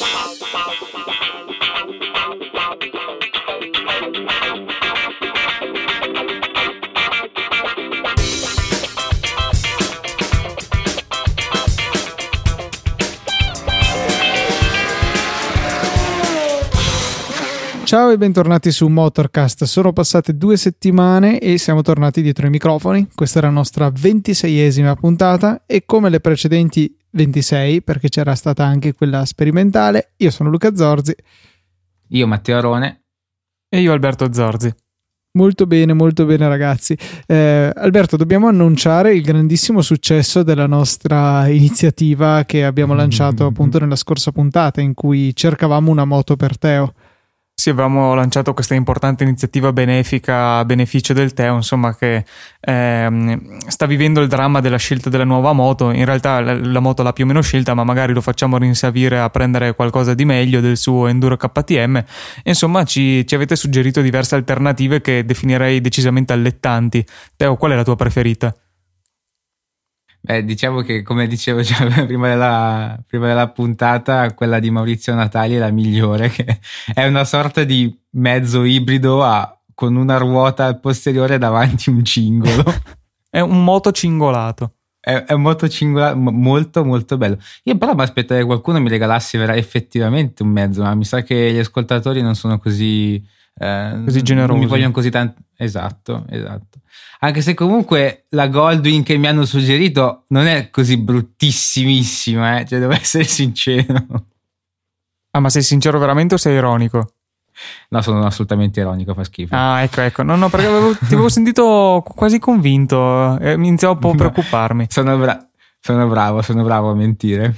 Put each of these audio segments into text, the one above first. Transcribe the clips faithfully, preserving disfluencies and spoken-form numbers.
Ciao e bentornati su Motorcast. Sono passate due settimane e siamo tornati dietro i microfoni. Questa è la nostra ventiseiesima puntata e come le precedenti ventisei, perché c'era stata anche quella sperimentale, io sono Luca Zorzi. Io Matteo Arone. E io Alberto Zorzi. Molto bene, molto bene ragazzi. Eh, Alberto, dobbiamo annunciare il grandissimo successo della nostra iniziativa che abbiamo lanciato appunto nella scorsa puntata, in cui cercavamo una moto per Teo. Sì, avevamo lanciato questa importante iniziativa benefica a beneficio del Teo, insomma, che ehm, sta vivendo il dramma della scelta della nuova moto. In realtà la, la moto l'ha più o meno scelta, ma magari lo facciamo rinsavire a prendere qualcosa di meglio del suo Enduro K T M. Insomma, ci, ci avete suggerito diverse alternative che definirei decisamente allettanti. Teo, qual è la tua preferita? Beh, diciamo che, come dicevo già prima della, prima della puntata, quella di Maurizio Natali è la migliore, che è una sorta di mezzo ibrido a, con una ruota al posteriore davanti un cingolo. È un moto cingolato. È, è un moto cingolato molto molto bello. Io però mi aspettavo che qualcuno mi regalasse vera, effettivamente un mezzo, ma mi sa che gli ascoltatori non sono così... Eh, così generosi. Non mi vogliono così tanto. Esatto, esatto. Anche se comunque la Goldwing che mi hanno suggerito non è così bruttissimissima, eh? Cioè, devo essere sincero. Ah, ma sei sincero veramente o sei ironico? No, sono assolutamente ironico, fa schifo. Ah, ecco, ecco. No, no, perché avevo, ti avevo sentito quasi convinto e mi iniziavo un po' a preoccuparmi. Sono, bra- sono bravo, sono bravo a mentire.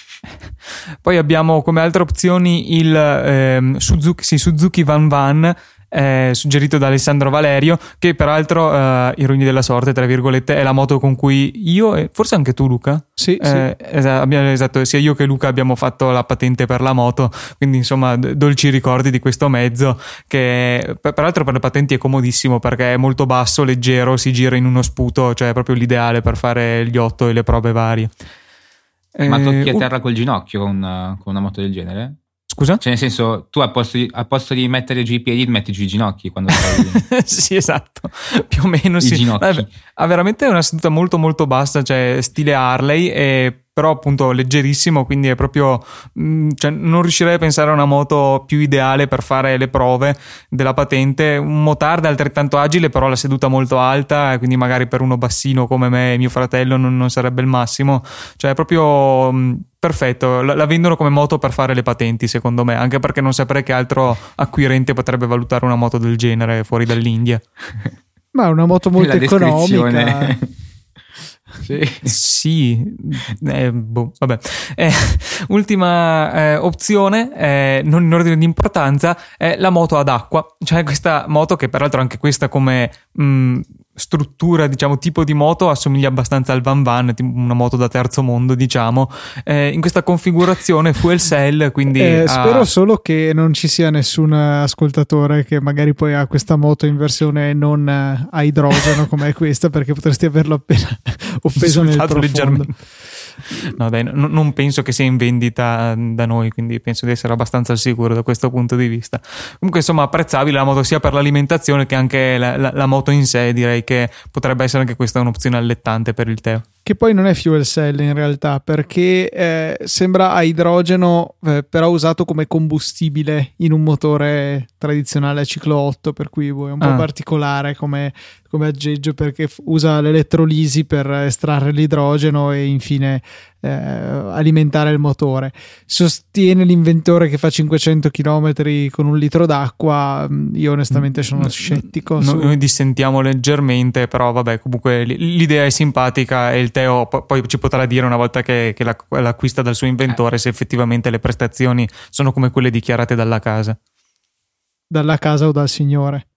Poi abbiamo come altre opzioni il ehm, Suzuki, sì, Suzuki Van Van, eh, suggerito da Alessandro Valerio, che peraltro, eh, ironia della sorte, tra virgolette, è la moto con cui io e forse anche tu, Luca? Sì, eh, sì. Esatto, abbiamo, esatto, sia io che Luca abbiamo fatto la patente per la moto, quindi insomma dolci ricordi di questo mezzo che peraltro per le patenti è comodissimo perché è molto basso, leggero, si gira in uno sputo, cioè è proprio l'ideale per fare gli otto e le prove varie. Ma tocchi a Eh, terra col ginocchio con una, con una moto del genere? Scusa? Cioè, nel senso, tu al posto di, al posto di mettere giù i piedi metti giù i ginocchi quando stai... Sì, esatto, più o meno I sì. ginocchi. Ha veramente una seduta molto molto bassa, cioè stile Harley, e però appunto leggerissimo, quindi è proprio mh, cioè non riuscirei a pensare a una moto più ideale per fare le prove della patente. Un motard altrettanto agile, però la seduta molto alta, quindi magari per uno bassino come me e mio fratello non, non sarebbe il massimo, cioè è proprio mh, perfetto. La, la vendono come moto per fare le patenti, secondo me, anche perché non saprei che altro acquirente potrebbe valutare una moto del genere fuori dall'India. Ma è una moto molto La descrizione. economica. Sì. Sì, eh, boh, vabbè. Eh, ultima eh, opzione, eh, non in ordine di importanza, è la moto ad acqua, cioè questa moto che peraltro anche questa come mh, struttura, diciamo, tipo di moto assomiglia abbastanza al Van Van, una moto da terzo mondo, diciamo, eh, in questa configurazione fuel cell, quindi Eh, ha... spero solo che non ci sia nessun ascoltatore che magari poi ha questa moto in versione non eh, a idrogeno come è questa, perché potresti averlo appena offeso nel insultato profondo. leggermente. No dai, no, non penso che sia in vendita da noi, quindi penso di essere abbastanza al sicuro da questo punto di vista. Comunque insomma apprezzabile la moto sia per l'alimentazione che anche la, la, la moto in sé, direi che potrebbe essere anche questa un'opzione allettante per il Teo. Che poi non è fuel cell in realtà, perché eh, sembra a idrogeno, eh, però usato come combustibile in un motore tradizionale a ciclo otto, per cui boh, è un po' Ah. particolare come, come aggeggio, perché f- usa l'elettrolisi per estrarre l'idrogeno e infine eh, alimentare il motore. Sostiene l'inventore che fa cinquecento chilometri con un litro d'acqua. Io onestamente sono scettico. No, su... Noi dissentiamo leggermente, però vabbè, comunque l- l'idea è simpatica e il Teo po- poi ci potrà dire una volta che, che la- l'acquista dal suo inventore se effettivamente le prestazioni sono come quelle dichiarate dalla casa. Dalla casa o dal signore?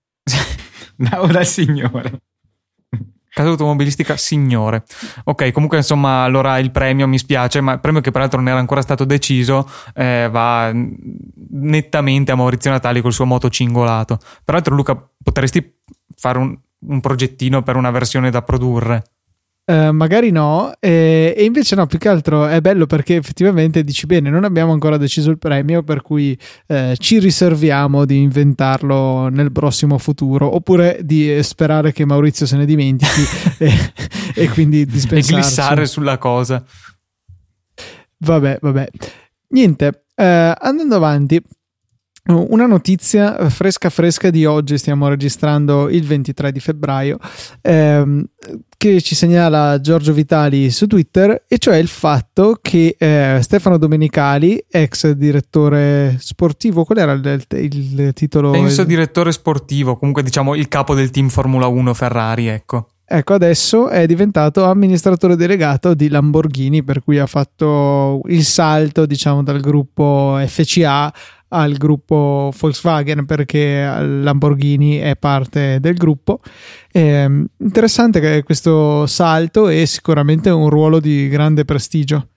No, dal signore. Casa automobilistica signore. Ok, comunque insomma allora il premio mi spiace, ma il premio che peraltro non era ancora stato deciso eh, va nettamente a Maurizio Natali col suo moto cingolato. Peraltro Luca, potresti fare un, un progettino per una versione da produrre? Uh, magari no, e, e invece no, più che altro è bello perché effettivamente dici bene, non abbiamo ancora deciso il premio, per cui eh, ci riserviamo di inventarlo nel prossimo futuro, oppure di sperare che Maurizio se ne dimentichi e, e quindi dispensarci. E glissare sulla cosa. Vabbè, vabbè. Niente, eh, andando avanti, una notizia fresca fresca di oggi, stiamo registrando il ventitré di febbraio, ehm, che ci segnala Giorgio Vitali su Twitter, e cioè il fatto che eh, Stefano Domenicali, ex direttore sportivo, qual era il, il, il titolo? Penso direttore sportivo, comunque diciamo il capo del team Formula uno Ferrari, ecco. Ecco, adesso è diventato amministratore delegato di Lamborghini, per cui ha fatto il salto, diciamo, dal gruppo F C A al gruppo Volkswagen, perché Lamborghini è parte del gruppo. È interessante che questo salto, è sicuramente un ruolo di grande prestigio.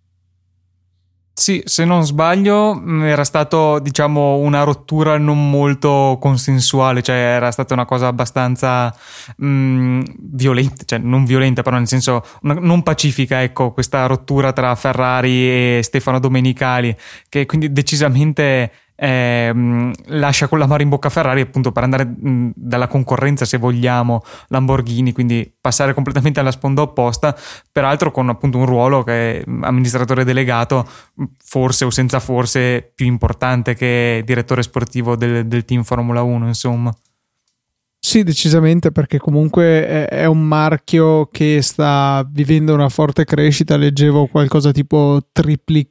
Sì, se non sbaglio era stato, diciamo, una rottura non molto consensuale, cioè era stata una cosa abbastanza mh, violenta, cioè non violenta però nel senso una, non pacifica, ecco, questa rottura tra Ferrari e Stefano Domenicali, che quindi decisamente Eh, lascia con l'amaro in bocca Ferrari, appunto, per andare mh, dalla concorrenza, se vogliamo, Lamborghini, quindi passare completamente alla sponda opposta, peraltro con appunto un ruolo che è amministratore delegato, forse o senza forse più importante che direttore sportivo del, del team Formula uno, insomma. Sì, decisamente, perché comunque è, è un marchio che sta vivendo una forte crescita. Leggevo qualcosa tipo tripli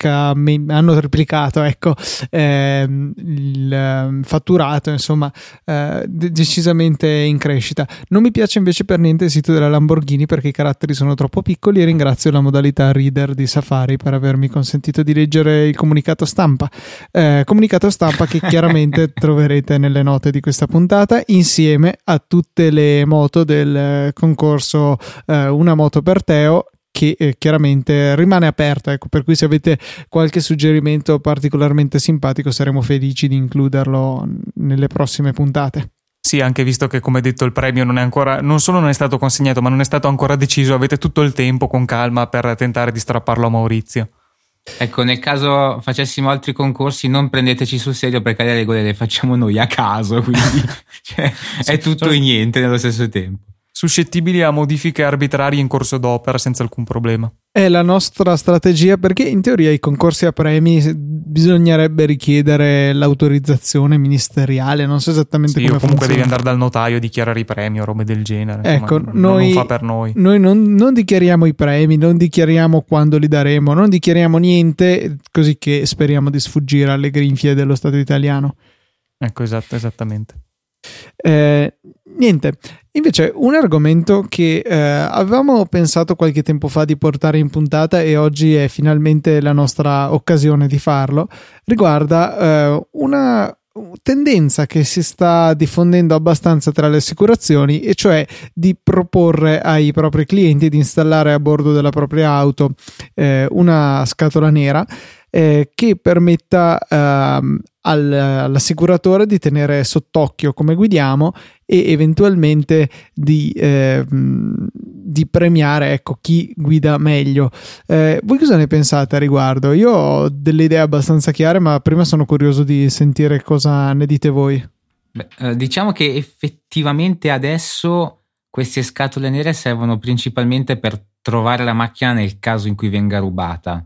hanno triplicato, ecco, ehm, il fatturato, insomma, eh, decisamente in crescita. Non mi piace invece per niente il sito della Lamborghini, perché i caratteri sono troppo piccoli, e ringrazio la modalità reader di Safari per avermi consentito di leggere il comunicato stampa, eh, comunicato stampa che chiaramente troverete nelle note di questa puntata, insieme a tutte le moto del concorso eh, Una moto per Teo, che eh, chiaramente rimane aperto, ecco, per cui se avete qualche suggerimento particolarmente simpatico saremo felici di includerlo nelle prossime puntate. Sì, anche visto che, come detto, il premio non è ancora, non solo non è stato consegnato, ma non è stato ancora deciso, avete tutto il tempo con calma per tentare di strapparlo a Maurizio. Ecco, nel caso facessimo altri concorsi, non prendeteci sul serio, perché le regole le facciamo noi a caso, quindi cioè, è tutto e niente nello stesso tempo. Suscettibili a modifiche arbitrarie in corso d'opera senza alcun problema. È la nostra strategia, perché in teoria i concorsi a premi bisognerebbe richiedere l'autorizzazione ministeriale, non so esattamente sì, come o comunque funziona. Devi andare dal notaio, dichiarare i premi o robe del genere. Ecco, Insomma, noi, non fa per noi. Noi non, non dichiariamo i premi, non dichiariamo quando li daremo, non dichiariamo niente, così che speriamo di sfuggire alle grinfie dello Stato italiano. Ecco, esatto, esattamente. Eh, niente, invece un argomento che eh, avevamo pensato qualche tempo fa di portare in puntata, e oggi è finalmente la nostra occasione di farlo, riguarda eh, una tendenza che si sta diffondendo abbastanza tra le assicurazioni, e cioè di proporre ai propri clienti di installare a bordo della propria auto eh, una scatola nera eh, che permetta ehm, al, all'assicuratore di tenere sott'occhio come guidiamo e eventualmente di, eh, di premiare, ecco, chi guida meglio. Eh, voi cosa ne pensate a riguardo? Io ho delle idee abbastanza chiare, ma prima sono curioso di sentire cosa ne dite voi. Beh, eh, diciamo che effettivamente adesso queste scatole nere servono principalmente per trovare la macchina nel caso in cui venga rubata.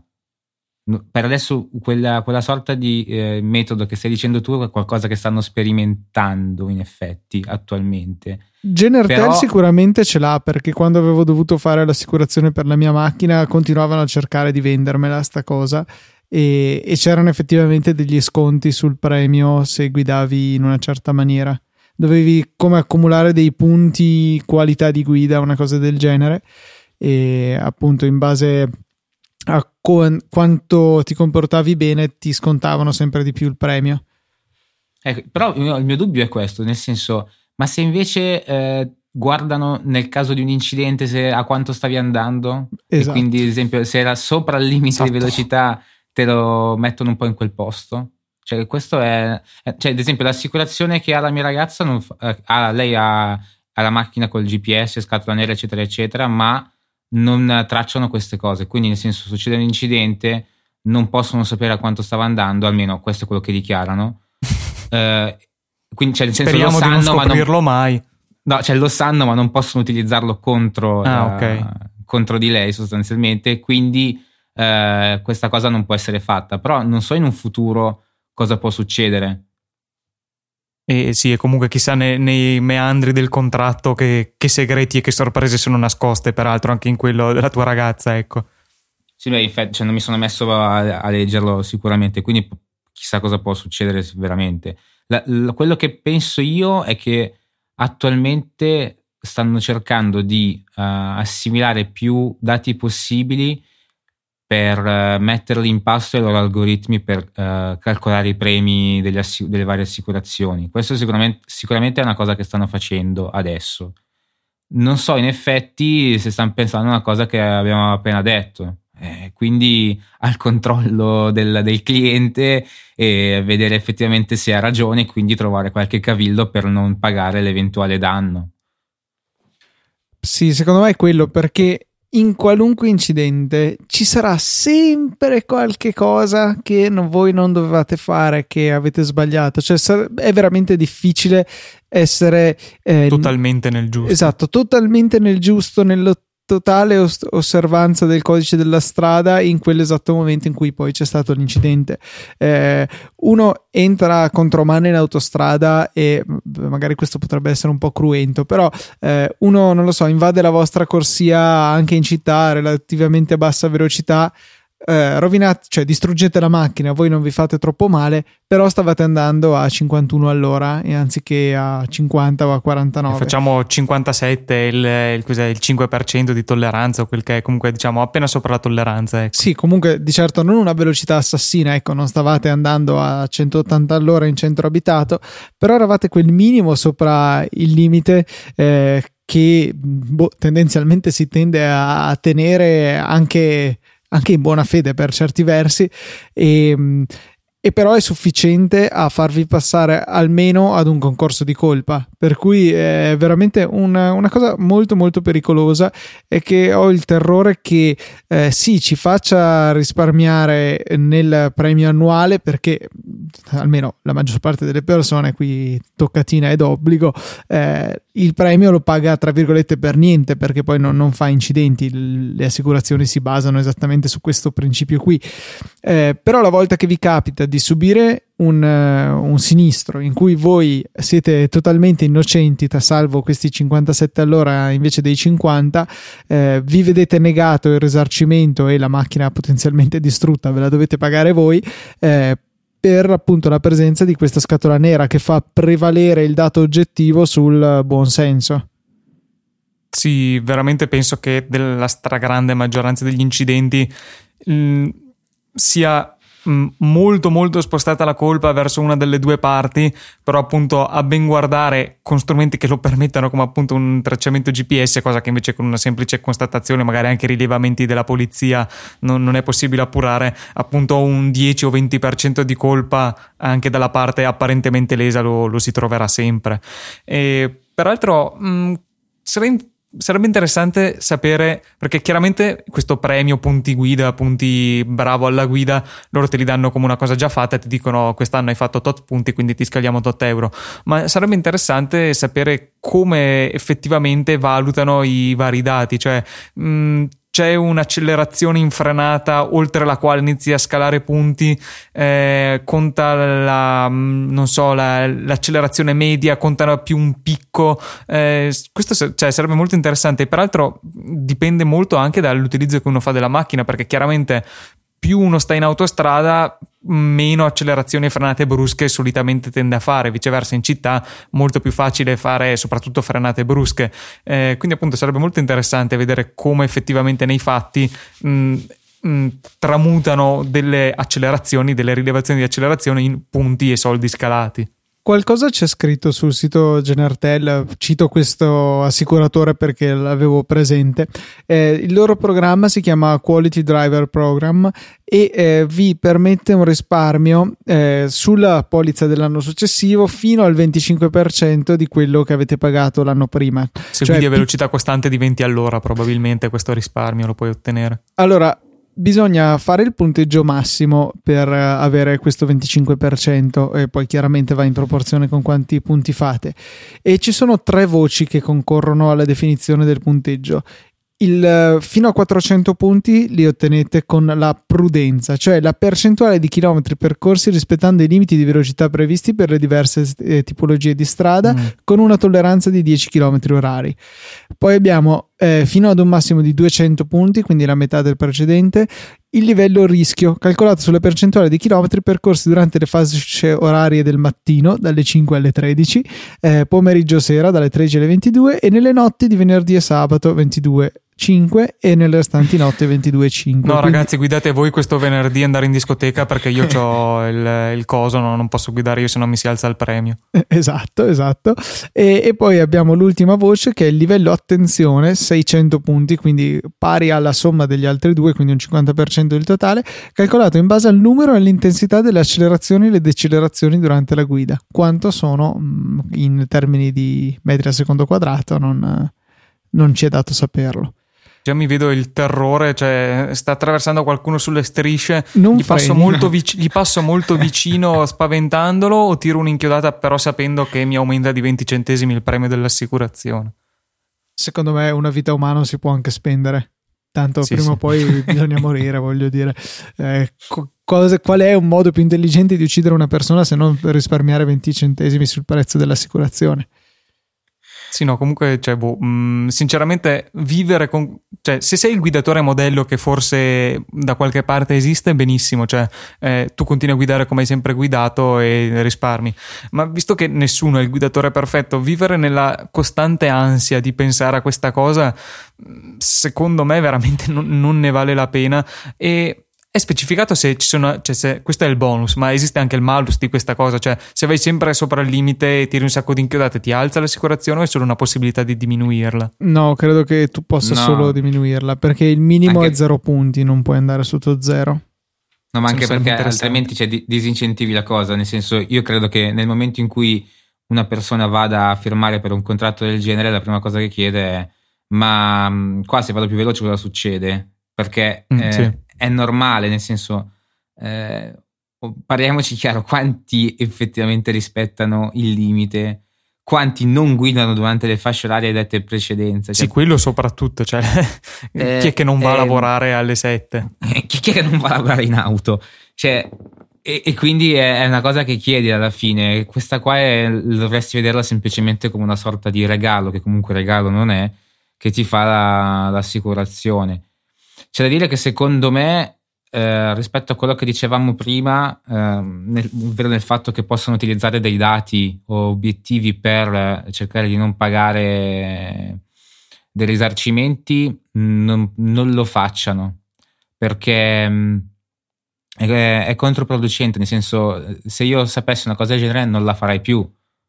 Per adesso quella, quella sorta di eh, metodo che stai dicendo tu è qualcosa che stanno sperimentando in effetti attualmente. Genertel Però... sicuramente ce l'ha, perché quando avevo dovuto fare l'assicurazione per la mia macchina continuavano a cercare di vendermela sta cosa, e, e c'erano effettivamente degli sconti sul premio se guidavi in una certa maniera. Dovevi come accumulare dei punti qualità di guida, una cosa del genere, e appunto in base a co- quanto ti comportavi bene ti scontavano sempre di più il premio. Ecco, però il mio dubbio è questo, nel senso, ma se invece eh, guardano nel caso di un incidente se, a quanto stavi andando, esatto. E quindi ad esempio se era sopra il limite esatto. di velocità te lo mettono un po' in quel posto, cioè questo è, cioè ad esempio l'assicurazione che ha la mia ragazza non fa, ha, lei ha alla macchina col G P S, scatola nera eccetera eccetera, ma non tracciano queste cose, quindi nel senso succede un incidente, non possono sapere a quanto stava andando, almeno questo è quello che dichiarano. eh, quindi cioè, nel senso, speriamo lo sanno, di non scoprirlo ma non, mai. No, cioè lo sanno ma non possono utilizzarlo contro, ah, la, okay. contro di lei sostanzialmente, quindi eh, questa cosa non può essere fatta, però non so in un futuro cosa può succedere. E sì, e comunque chissà nei, nei meandri del contratto che, che segreti e che sorprese sono nascoste, peraltro anche in quello della tua ragazza, ecco. Sì, beh, infatti, cioè, non mi sono messo a, a leggerlo sicuramente, quindi chissà cosa può succedere veramente. La, la, quello che penso io è che attualmente stanno cercando di uh, assimilare più dati possibili per uh, metterli in pasto ai loro algoritmi per uh, calcolare i premi delle, assic- delle varie assicurazioni. Questo sicuramente, sicuramente è una cosa che stanno facendo adesso. Non so in effetti se stanno pensando a una cosa che abbiamo appena detto, eh, quindi al controllo del, del cliente e vedere effettivamente se ha ragione e quindi trovare qualche cavillo per non pagare l'eventuale danno. Sì, secondo me è quello, perché in qualunque incidente ci sarà sempre qualche cosa che non, voi non dovevate fare, che avete sbagliato, cioè è veramente difficile essere eh, totalmente nel giusto. Esatto, totalmente nel giusto, nello totale os- osservanza del codice della strada in quell'esatto momento in cui poi c'è stato l'incidente. Eh, uno entra contromano in autostrada e magari questo potrebbe essere un po' cruento, però eh, uno, non lo so, invade la vostra corsia anche in città relativamente a bassa velocità, eh, rovinate, cioè distruggete la macchina, voi non vi fate troppo male, però stavate andando a cinquantuno all'ora e anziché a cinquanta o a quarantanove. E facciamo cinquantasette, il, il, cos'è, il cinque per cento di tolleranza o quel che è, comunque diciamo appena sopra la tolleranza, ecco. Sì, comunque di certo non una velocità assassina, ecco, non stavate andando a centottanta all'ora in centro abitato, però eravate quel minimo sopra il limite eh, che boh, tendenzialmente si tende a tenere anche anche in buona fede per certi versi, e, e però è sufficiente a farvi passare almeno ad un concorso di colpa, per cui è veramente una, una cosa molto molto pericolosa, e che ho il terrore che eh, sì, ci faccia risparmiare nel premio annuale, perché almeno la maggior parte delle persone, qui toccatina ed obbligo, eh, il premio lo paga tra virgolette per niente, perché poi non, non fa incidenti, le assicurazioni si basano esattamente su questo principio qui, eh, però la volta che vi capita di subire un, uh, un sinistro in cui voi siete totalmente innocenti, salvo questi cinquantasette all'ora invece dei cinquanta, eh, vi vedete negato il risarcimento e la macchina potenzialmente distrutta ve la dovete pagare voi, eh, per appunto la presenza di questa scatola nera che fa prevalere il dato oggettivo sul buon senso. Sì, veramente penso che della stragrande maggioranza degli incidenti mh, sia mh, molto molto spostata la colpa verso una delle due parti, però appunto a ben guardare con strumenti che lo permettano, come appunto un tracciamento G P S, cosa che invece con una semplice constatazione, magari anche rilevamenti della polizia, non, non è possibile appurare, appunto un dieci o venti per cento di colpa anche dalla parte apparentemente lesa lo, lo si troverà sempre. E peraltro mh, sarei sarebbe interessante sapere, perché chiaramente questo premio punti guida, punti bravo alla guida, loro te li danno come una cosa già fatta e ti dicono quest'anno hai fatto tot punti quindi ti scaliamo tot euro, ma sarebbe interessante sapere come effettivamente valutano i vari dati, cioè mh, c'è un'accelerazione infrenata oltre la quale inizi a scalare punti, eh, conta la, non so, la, l'accelerazione media, contano più un picco, eh, questo cioè, sarebbe molto interessante. Peraltro dipende molto anche dall'utilizzo che uno fa della macchina, perché chiaramente più uno sta in autostrada, meno accelerazioni e frenate brusche solitamente tende a fare, viceversa in città molto più facile fare soprattutto frenate brusche, eh, quindi appunto sarebbe molto interessante vedere come effettivamente nei fatti mh, mh, tramutano delle accelerazioni, delle rilevazioni di accelerazione in punti e soldi scalati. qualcosa c'è scritto sul sito Genertel, cito questo assicuratore perché l'avevo presente. Eh, il loro programma si chiama Quality Driver Program e eh, vi permette un risparmio eh, sulla polizza dell'anno successivo fino al venticinque per cento di quello che avete pagato l'anno prima. Se cioè, guidi a velocità costante di venti all'ora, probabilmente questo risparmio lo puoi ottenere. Allora, bisogna fare il punteggio massimo per avere questo venticinque per cento e poi chiaramente va in proporzione con quanti punti fate, e ci sono tre voci che concorrono alla definizione del punteggio. Il, fino a quattrocento punti li ottenete con la prudenza, cioè la percentuale di chilometri percorsi rispettando i limiti di velocità previsti per le diverse eh, tipologie di strada, mm. con una tolleranza di dieci chilometri orari. Poi abbiamo eh, fino ad un massimo di duecento punti, quindi la metà del precedente, il livello rischio, calcolato sulla percentuale di chilometri percorsi durante le fasce orarie del mattino, dalle cinque alle tredici, eh, pomeriggio sera, dalle tredici alle ventidue, e nelle notti di venerdì e sabato, ventidue cinque, e nelle restanti notti ventidue cinque. No, quindi... ragazzi, guidate voi questo venerdì andare in discoteca, perché io ho il, il coso, no? Non posso guidare io, se no mi si alza il premio. Esatto, esatto. E, e poi abbiamo l'ultima voce, che è il livello attenzione, seicento punti, quindi pari alla somma degli altri due, quindi un cinquanta per cento del totale, calcolato in base al numero e all'intensità delle accelerazioni e le decelerazioni durante la guida. Quanto sono in termini di metri al secondo quadrato non, non ci è dato saperlo. Già mi vedo il terrore, cioè sta attraversando qualcuno sulle strisce, non gli passo, molto vic- gli passo molto vicino spaventandolo, o tiro un'inchiodata però sapendo che mi aumenta di venti centesimi il premio dell'assicurazione? Secondo me una vita umana si può anche spendere, tanto sì, prima o sì. poi bisogna morire, voglio dire. Eh, cosa, qual è un modo più intelligente di uccidere una persona se non per risparmiare venti centesimi sul prezzo dell'assicurazione? Sì, no, comunque, cioè, boh, mh, sinceramente vivere con... Cioè, se sei il guidatore modello che forse da qualche parte esiste, benissimo, cioè eh, tu continui a guidare come hai sempre guidato e risparmi. Ma visto che nessuno è il guidatore perfetto, vivere nella costante ansia di pensare a questa cosa, secondo me veramente non, non ne vale la pena. E... è specificato se ci sono, cioè se questo è il bonus, ma esiste anche il malus di questa cosa, cioè se vai sempre sopra il limite e tiri un sacco di inchiodate, ti alza l'assicurazione o è solo una possibilità di diminuirla? No, credo che tu possa no. solo diminuirla, perché il minimo anche... è zero punti, non puoi andare sotto zero. No, ma anche perché altrimenti cioè, disincentivi la cosa, nel senso, io credo che nel momento in cui una persona vada a firmare per un contratto del genere, la prima cosa che chiede è: ma qua se vado più veloce cosa succede? Perché mm, eh, sì. è normale, nel senso, eh, parliamoci chiaro, quanti effettivamente rispettano il limite, quanti non guidano durante le fasce orarie dette in precedenza. Cioè, sì, quello soprattutto, cioè eh, chi è che non va eh, a lavorare alle sette? Chi è che non va a lavorare in auto? Cioè, e, e quindi è una cosa che chiedi alla fine. Questa qua è, dovresti vederla semplicemente come una sorta di regalo, che comunque regalo non è, che ti fa la, l'assicurazione. C'è da dire che secondo me eh, rispetto a quello che dicevamo prima, eh, nel, ovvero nel fatto che possono utilizzare dei dati o obiettivi per cercare di non pagare dei risarcimenti, non, non lo facciano, perché mh, è, è controproducente, nel senso, se io sapessi una cosa del genere non la farei più.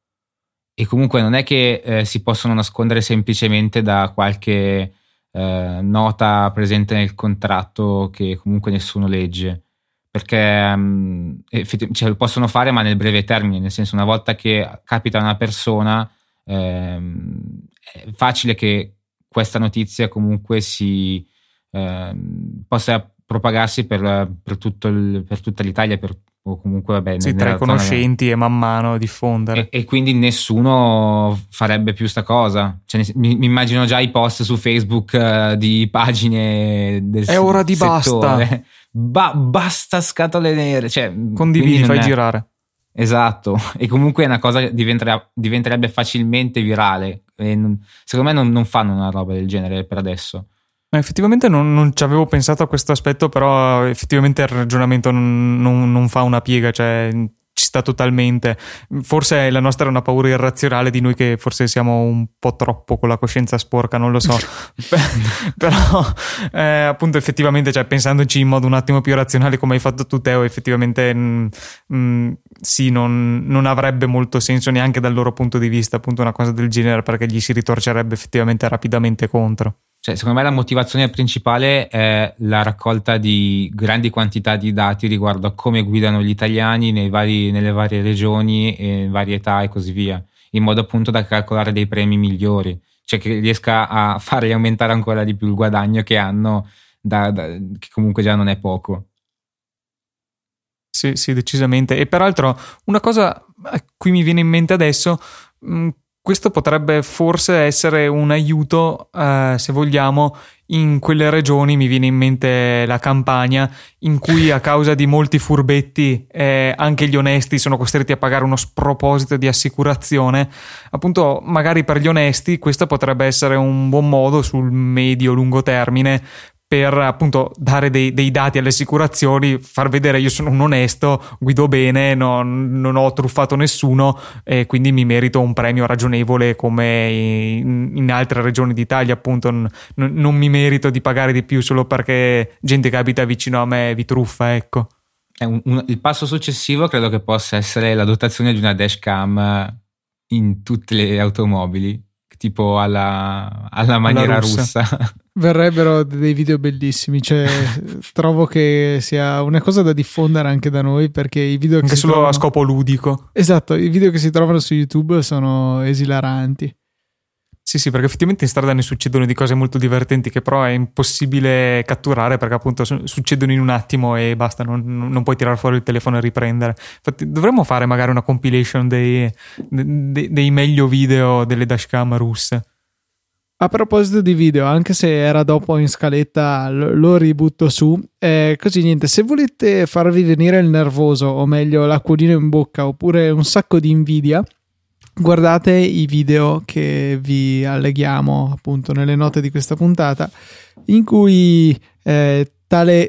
E comunque non è che eh, si possono nascondere semplicemente da qualche Eh, nota presente nel contratto che comunque nessuno legge, perché um, cioè, lo possono fare ma nel breve termine, nel senso, una volta che capita una persona ehm, è facile che questa notizia comunque si ehm, possa propagarsi per, per, tutto il, per tutta l'Italia, per, o comunque vabbè, sì, tra i conoscenti zona, e man mano diffondere, e, e quindi nessuno farebbe più sta cosa, cioè, mi, mi immagino già i post su Facebook uh, di pagine del è ora di settore. basta ba- basta scatole nere, cioè, condividi, fai è... girare, esatto, e comunque è una cosa che diventerà, diventerebbe facilmente virale, e non, secondo me non, non fanno una roba del genere per adesso. Effettivamente non, non ci avevo pensato a questo aspetto, però effettivamente il ragionamento non, non, non fa una piega, cioè ci semplicità totalmente. Forse la nostra è una paura irrazionale di noi che forse siamo un po' troppo con la coscienza sporca, non lo so. Però eh, appunto effettivamente, cioè, pensandoci in modo un attimo più razionale come hai fatto tu, Teo, effettivamente mh, mh, sì, non, non avrebbe molto senso neanche dal loro punto di vista appunto una cosa del genere, perché gli si ritorcerebbe effettivamente rapidamente contro. Cioè, secondo me la motivazione principale è la raccolta di grandi quantità di dati riguardo a come guidano gli italiani nei vari, nelle varie regioni e varietà e così via, in modo appunto da calcolare dei premi migliori, cioè che riesca a fargli aumentare ancora di più il guadagno che hanno, da, da, che comunque già non è poco. Sì, sì, decisamente. E peraltro una cosa a cui mi viene in mente adesso, mh, questo potrebbe forse essere un aiuto, eh, se vogliamo, in quelle regioni, mi viene in mente la Campania, in cui a causa di molti furbetti eh, anche gli onesti sono costretti a pagare uno sproposito di assicurazione. Appunto, magari per gli onesti questo potrebbe essere un buon modo sul medio-lungo termine per appunto dare dei, dei dati alle assicurazioni, far vedere io sono un onesto, guido bene, non, non ho truffato nessuno e quindi mi merito un premio ragionevole come in, in altre regioni d'Italia, appunto non, non mi merito di pagare di più solo perché gente che abita vicino a me vi truffa, ecco. È un, un, il passo successivo credo che possa essere la dotazione di una dashcam in tutte le automobili, tipo alla, alla maniera alla russa. russa. Verrebbero dei video bellissimi, cioè trovo che sia una cosa da diffondere anche da noi, perché i video che anche si solo trovano... a scopo ludico. Esatto, i video che si trovano su YouTube sono esilaranti. Sì, sì, perché effettivamente in strada ne succedono di cose molto divertenti che però è impossibile catturare perché appunto succedono in un attimo e basta, non, non puoi tirare fuori il telefono e riprendere. Infatti dovremmo fare magari una compilation dei, dei, dei meglio video delle dashcam russe. A proposito di video, anche se era dopo in scaletta, lo, lo ributto su. Eh, così niente, se volete farvi venire il nervoso, o meglio l'acquolino in bocca, oppure un sacco di invidia, guardate i video che vi alleghiamo appunto nelle note di questa puntata, in cui eh, tale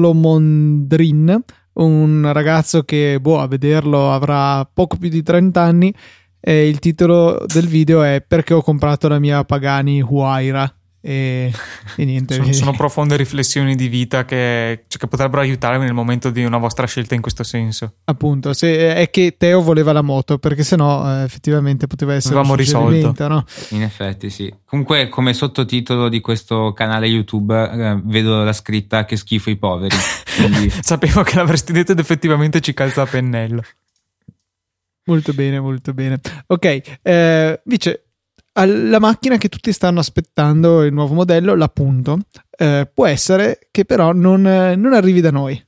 Solomondrin, un ragazzo che boh, a vederlo avrà poco più di trenta anni, e il titolo del video è "Perché ho comprato la mia Pagani Huayra", e, e niente. sono, sono profonde riflessioni di vita che, cioè, che potrebbero aiutarvi nel momento di una vostra scelta in questo senso. Appunto, se è che Teo voleva la moto, perché sennò eh, effettivamente poteva essere avevamo un suggerimento, no? In effetti sì. Comunque come sottotitolo di questo canale YouTube eh, vedo la scritta "Che schifo i poveri", quindi... Sapevo che l'avresti detto ed effettivamente ci calza a pennello. Molto bene, molto bene. Ok, eh, dice, la macchina che tutti stanno aspettando, il nuovo modello, la Punto, eh, può essere che però non, non arrivi da noi.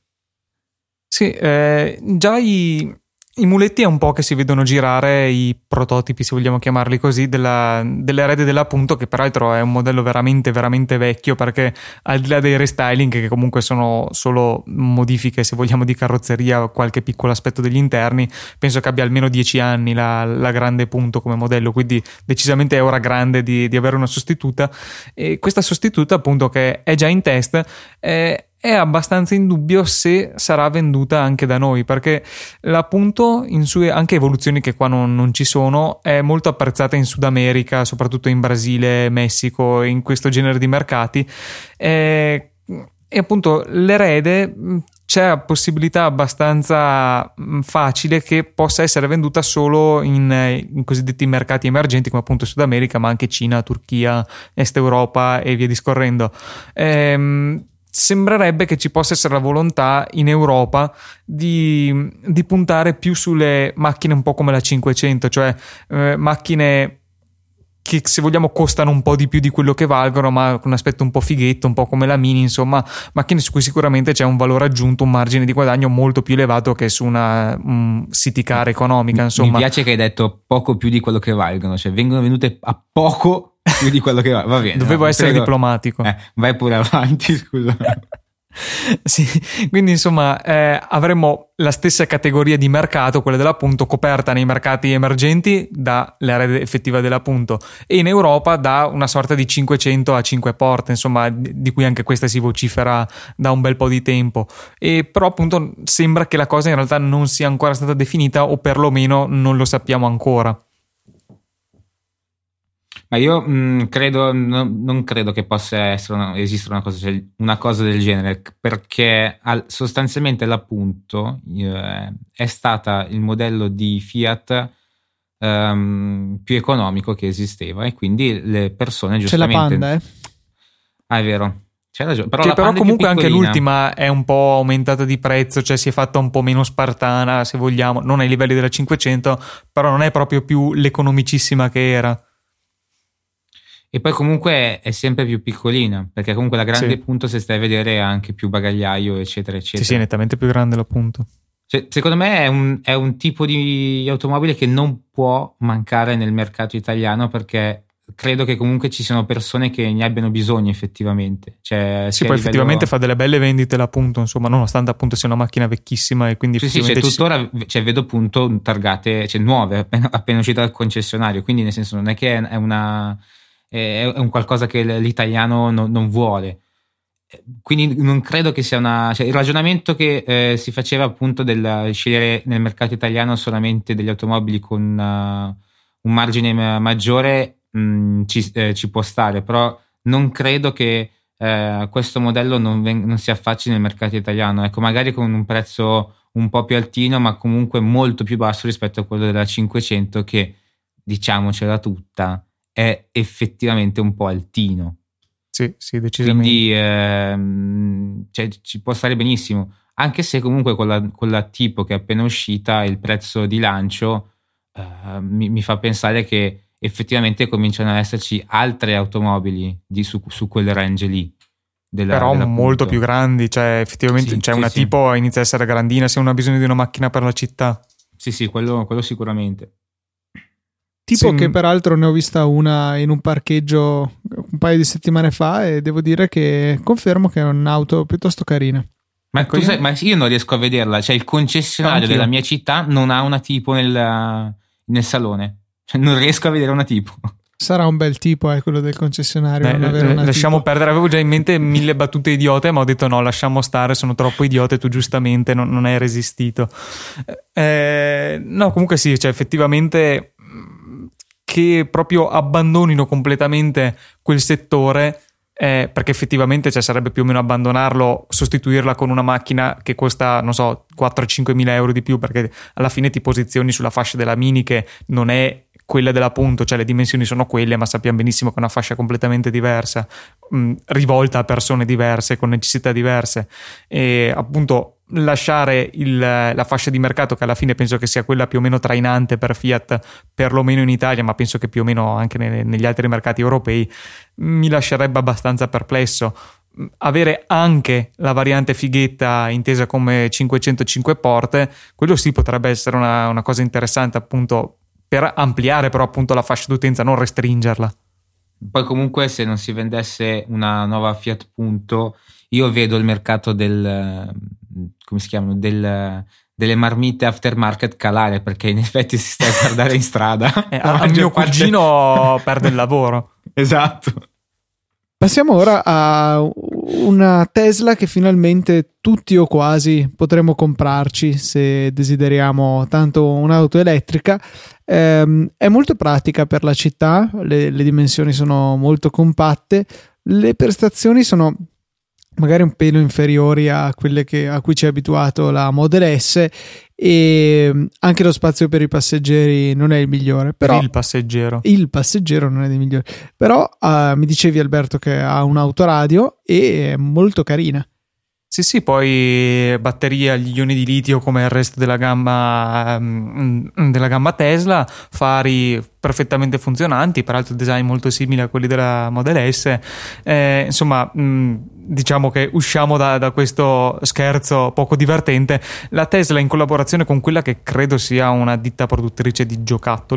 Sì, eh, già i, i muletti è un po' che si vedono girare, i prototipi, se vogliamo chiamarli così, della, dell'erede della Punto, che peraltro è un modello veramente, veramente vecchio, perché al di là dei restyling, che comunque sono solo modifiche, se vogliamo, di carrozzeria, qualche piccolo aspetto degli interni, penso che abbia almeno dieci anni la, la grande Punto come modello, quindi decisamente è ora grande di, di avere una sostituta. E questa sostituta, appunto, che è già in test, è è abbastanza in dubbio se sarà venduta anche da noi, perché la Punto, in sue anche evoluzioni che qua non, non ci sono, è molto apprezzata in Sud America, soprattutto in Brasile, Messico, in questo genere di mercati, e, e appunto l'erede c'è la possibilità abbastanza facile che possa essere venduta solo in, in cosiddetti mercati emergenti come appunto Sud America, ma anche Cina, Turchia, Est Europa e via discorrendo. Ehm, Sembrerebbe che ci possa essere la volontà in Europa di, di puntare più sulle macchine un po' come la cinquecento, cioè eh, macchine che, se vogliamo, costano un po' di più di quello che valgono, ma con un aspetto un po' fighetto, un po' come la Mini, insomma, macchine su cui sicuramente c'è un valore aggiunto, un margine di guadagno molto più elevato che su una um, city car economica, insomma. Mi piace che hai detto poco più di quello che valgono, cioè vengono vendute a poco più di quello che va, va bene. Dovevo no, essere prego. diplomatico. Eh, vai pure avanti, scusa. Sì, quindi insomma eh, avremmo la stessa categoria di mercato, quella dell'appunto, coperta nei mercati emergenti dalla rete effettiva dell'appunto e in Europa da una sorta di cinquecento a cinque porte, insomma, di cui anche questa si vocifera da un bel po' di tempo. E però appunto sembra che la cosa in realtà non sia ancora stata definita, o perlomeno non lo sappiamo ancora. Ma io mh, credo, no, non credo che possa essere una, esistere una cosa, una cosa del genere, perché al, sostanzialmente l'appunto eh, è stata il modello di Fiat um, più economico che esisteva, e quindi le persone giustamente... C'è la Panda, eh? Ah, è vero. C'è ragione. Però, che però comunque anche piccolina. l'ultima è un po' aumentata di prezzo, cioè si è fatta un po' meno spartana, se vogliamo, non ai livelli della cinquecento, però non è proprio più l'economicissima che era. E poi comunque è sempre più piccolina, perché comunque la grande Sì. punto, se stai a vedere, ha anche più bagagliaio, eccetera, eccetera. Sì, sì, è nettamente più grande l'appunto. Cioè, secondo me è un, è un tipo di automobile che non può mancare nel mercato italiano, perché credo che comunque ci siano persone che ne abbiano bisogno effettivamente. Cioè, Sì, poi livello... effettivamente fa delle belle vendite l'appunto, insomma, nonostante appunto sia una macchina vecchissima, e quindi Sì, sì, cioè, effettivamente tuttora ci... cioè, vedo appunto targate, cioè, nuove, appena, appena uscite dal concessionario, quindi nel senso non è che è una... è un qualcosa che l'italiano non, non vuole, quindi non credo che sia una, cioè, il ragionamento che eh, si faceva appunto del scegliere nel mercato italiano solamente degli automobili con uh, un margine maggiore mh, ci, eh, ci può stare, però non credo che eh, questo modello non, veng- non si affacci nel mercato italiano, ecco, magari con un prezzo un po' più altino, ma comunque molto più basso rispetto a quello della cinquecento, che, diciamocela tutta, è effettivamente un po' altino. Sì, sì, decisamente. Quindi ehm, cioè, ci può stare benissimo, anche se comunque con la, con la tipo che è appena uscita, il prezzo di lancio eh, mi, mi fa pensare che effettivamente cominciano ad esserci altre automobili di, su, su quel range lì. Della, Però della molto punto. più grandi, cioè effettivamente Sì, c'è sì, una sì. tipo inizia a essere grandina, se uno ha bisogno di una macchina per la città. Sì, sì, quello, quello sicuramente. Tipo Sì. che peraltro ne ho vista una in un parcheggio un paio di settimane fa, e devo dire che confermo che è un'auto piuttosto carina. Ma, Ecco, tu io- sai, ma io non riesco a vederla, cioè il concessionario Anch'io. della mia città non ha una tipo nel, nel salone, cioè, non riesco a vedere una tipo. Sarà un bel tipo, eh, quello del concessionario. Eh, non avere eh, una lasciamo tipo. perdere, avevo già in mente mille battute idiote, ma ho detto no, lasciamo stare, sono troppo idiote, tu giustamente non, non hai resistito. Eh, no, comunque sì, cioè effettivamente mh, che proprio abbandonino completamente quel settore, eh, perché effettivamente cioè, sarebbe più o meno abbandonarlo, sostituirla con una macchina che costa, non so, quattro cinque mila euro di più, perché alla fine ti posizioni sulla fascia della Mini, che non è quella dell'appunto, cioè le dimensioni sono quelle, ma sappiamo benissimo che è una fascia completamente diversa, mh, rivolta a persone diverse, con necessità diverse, e appunto lasciare il, la fascia di mercato, che alla fine penso che sia quella più o meno trainante per Fiat, perlomeno in Italia, ma penso che più o meno anche ne, negli altri mercati europei, mi lascerebbe abbastanza perplesso. Avere anche la variante fighetta intesa come cinquecentocinque porte, quello sì potrebbe essere una, una cosa interessante, appunto, per ampliare però appunto la fascia d'utenza, non restringerla. Poi comunque se non si vendesse una nuova Fiat Punto, io vedo il mercato del, come si chiamano, del, delle marmite aftermarket calare, perché in effetti si sta a guardare in strada. Eh, a, a mio parte... cugino perde il lavoro. Esatto. Passiamo ora a una Tesla che finalmente tutti o quasi potremo comprarci se desideriamo tanto un'auto elettrica. Ehm, è molto pratica per la città, le, le dimensioni sono molto compatte, le prestazioni sono magari un pelo inferiori a quelle che, a cui ci è abituato la Model S, e anche lo spazio per i passeggeri non è il migliore, però il passeggero il passeggero non è dei migliori, però uh, mi dicevi, Alberto, che ha un autoradio e è molto carina. Sì, sì, poi batteria agli ioni di litio come il resto della gamma um, della gamma Tesla, fari perfettamente funzionanti, peraltro design molto simile a quelli della Model S, eh, insomma mh, diciamo che usciamo da, da questo scherzo poco divertente. La Tesla, in collaborazione con quella che credo sia una ditta produttrice di giocattoli,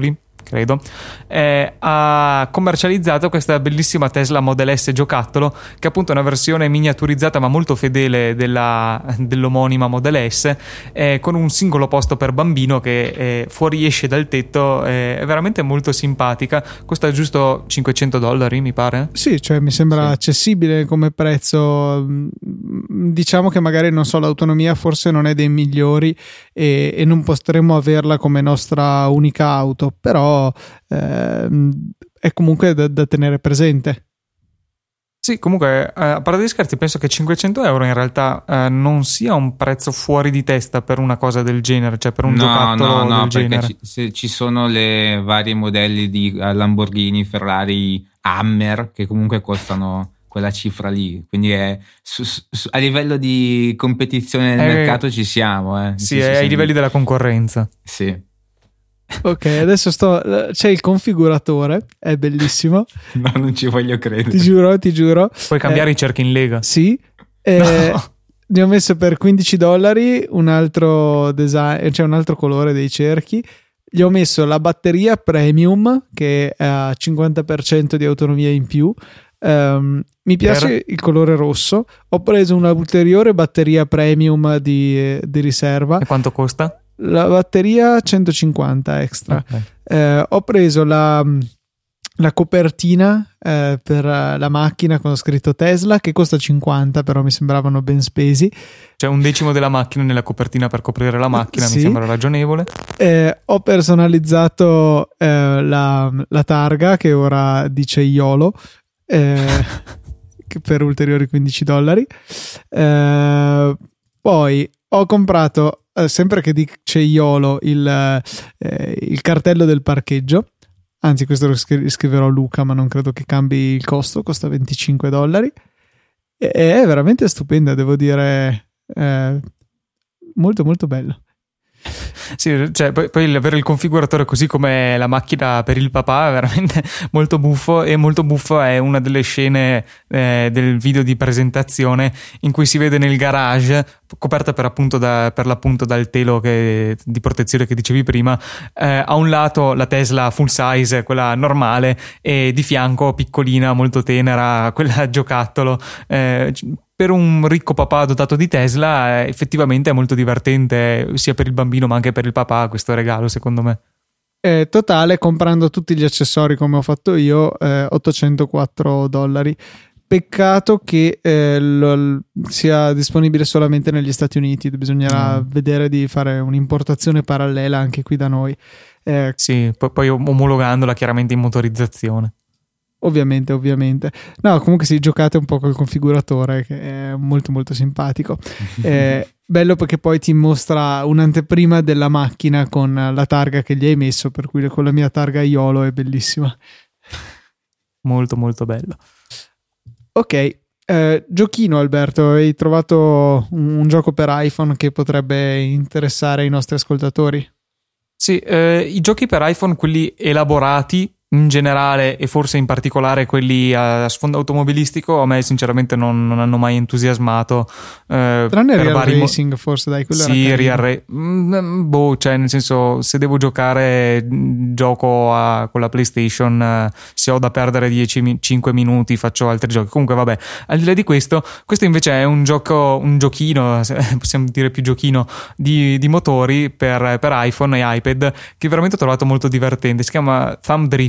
credo, eh, ha commercializzato questa bellissima Tesla Model S giocattolo, che appunto è una versione miniaturizzata ma molto fedele della, dell'omonima Model S, eh, con un singolo posto per bambino che eh, fuoriesce dal tetto, eh, è veramente molto simpatica, costa giusto cinquecento dollari mi pare. Sì, cioè mi sembra sì. accessibile come prezzo, diciamo che magari non so, l'autonomia forse non è dei migliori e, e non potremmo averla come nostra unica auto, però eh, è comunque da, da tenere presente. Sì, comunque, eh, a parte di scherzi, penso che cinquecento euro in realtà eh, non sia un prezzo fuori di testa per una cosa del genere, cioè per un no, giocattolo no, no, del perché genere. Ci, se ci sono le varie modelli di Lamborghini, Ferrari, Hammer, che comunque costano quella cifra lì, quindi è su, su, a livello di competizione nel eh, mercato ci siamo. Eh. Sì, è ai livelli della concorrenza. Sì. Ok, adesso sto c'è il configuratore, è bellissimo. No, non ci voglio credere. Ti giuro, ti giuro. Puoi cambiare eh, i cerchi in lega. Sì. Eh, no. Ne ho messo per quindici dollari un altro design, cioè un altro colore dei cerchi. Gli ho messo la batteria premium che ha cinquanta per cento di autonomia in più. Um, mi piace per... il colore rosso. Ho preso una ulteriore batteria premium di, di riserva. E quanto costa? La batteria centocinquanta extra. Okay. Eh, ho preso la, la copertina eh, per la macchina con scritto Tesla, che costa cinquanta, però mi sembravano ben spesi. Cioè un decimo della macchina nella copertina per coprire la macchina, sì. Mi sembra ragionevole. Eh, ho personalizzato eh, la, la targa che ora dice YOLO. Eh, per ulteriori quindici dollari. Eh, poi ho comprato, eh, sempre che dice YOLO, il, eh, il cartello del parcheggio. Anzi, questo lo scri- scriverò Luca, ma non credo che cambi il costo. Costa venticinque dollari e è veramente stupenda, devo dire. Eh, molto molto bello. Sì, cioè poi, poi avere il configuratore così come la macchina per il papà è veramente molto buffo, e molto buffo è una delle scene eh, del video di presentazione in cui si vede nel garage, coperta per, appunto da, per l'appunto dal telo che, di protezione che dicevi prima, eh, a un lato la Tesla full size, quella normale, e di fianco piccolina, molto tenera, quella giocattolo. eh, Per un ricco papà dotato di Tesla, eh, effettivamente è molto divertente sia per il bambino ma anche per il papà questo regalo, secondo me. Eh, totale, comprando tutti gli accessori come ho fatto io, eh, ottocentoquattro dollari. Peccato che eh, lo, sia disponibile solamente negli Stati Uniti. Bisognerà mm. vedere di fare un'importazione parallela anche qui da noi. Eh, sì, poi, poi omologandola chiaramente in motorizzazione. Ovviamente, ovviamente. No, comunque sì, giocate un po' col configuratore, che è molto molto simpatico. È bello perché poi ti mostra un'anteprima della macchina con la targa che gli hai messo, per cui con la mia targa YOLO è bellissima. Molto molto bello. Ok, eh, giochino Alberto, hai trovato un, un gioco per iPhone che potrebbe interessare i nostri ascoltatori? Sì, eh, i giochi per iPhone, quelli elaborati in generale e forse in particolare quelli a sfondo automobilistico, a me sinceramente non, non hanno mai entusiasmato. Eh, Tranne Real vari Racing mo- forse dai, quello sì, era Real Ra- mm, boh, cioè nel senso, se devo giocare gioco a, con la PlayStation, eh, se ho da perdere dieci cinque minuti faccio altri giochi. Comunque vabbè, al di là di questo, questo invece è un gioco, un giochino, possiamo dire più giochino, di, di motori per, per iPhone e iPad, che veramente ho trovato molto divertente. Si chiama Thumb Drift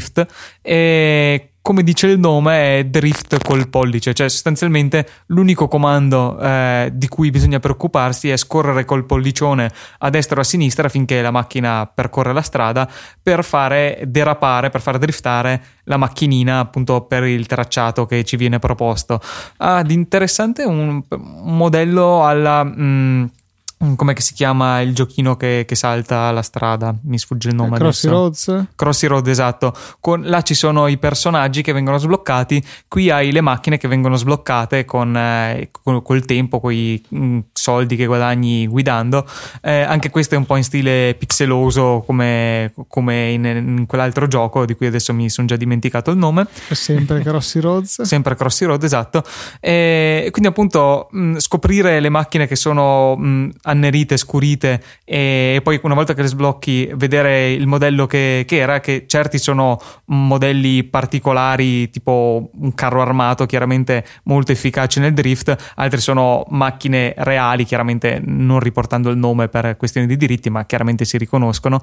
e, come dice il nome, è drift col pollice, cioè sostanzialmente l'unico comando eh, di cui bisogna preoccuparsi è scorrere col pollicione a destra o a sinistra finché la macchina percorre la strada, per fare derapare, per far driftare la macchinina appunto per il tracciato che ci viene proposto. Ah, di interessante un, un modello alla... Mh, com'è che si chiama il giochino che, che salta la strada? Mi sfugge il nome. Crossy adesso. Roads? Crossy Road, esatto. Con, là ci sono i personaggi che vengono sbloccati, qui hai le macchine che vengono sbloccate con, eh, con col tempo, con i mh, soldi che guadagni guidando. Eh, anche questo è un po' in stile pixeloso come, come in, in quell'altro gioco di cui adesso mi sono già dimenticato il nome. Sempre Crossy Roads. Sempre Crossy Road, esatto. E quindi appunto mh, scoprire le macchine che sono mh, annerite, scurite, e poi una volta che le sblocchi vedere il modello che, che era, che certi sono modelli particolari tipo un carro armato chiaramente molto efficaci nel drift, altri sono macchine reali, chiaramente non riportando il nome per questioni di diritti, ma chiaramente si riconoscono,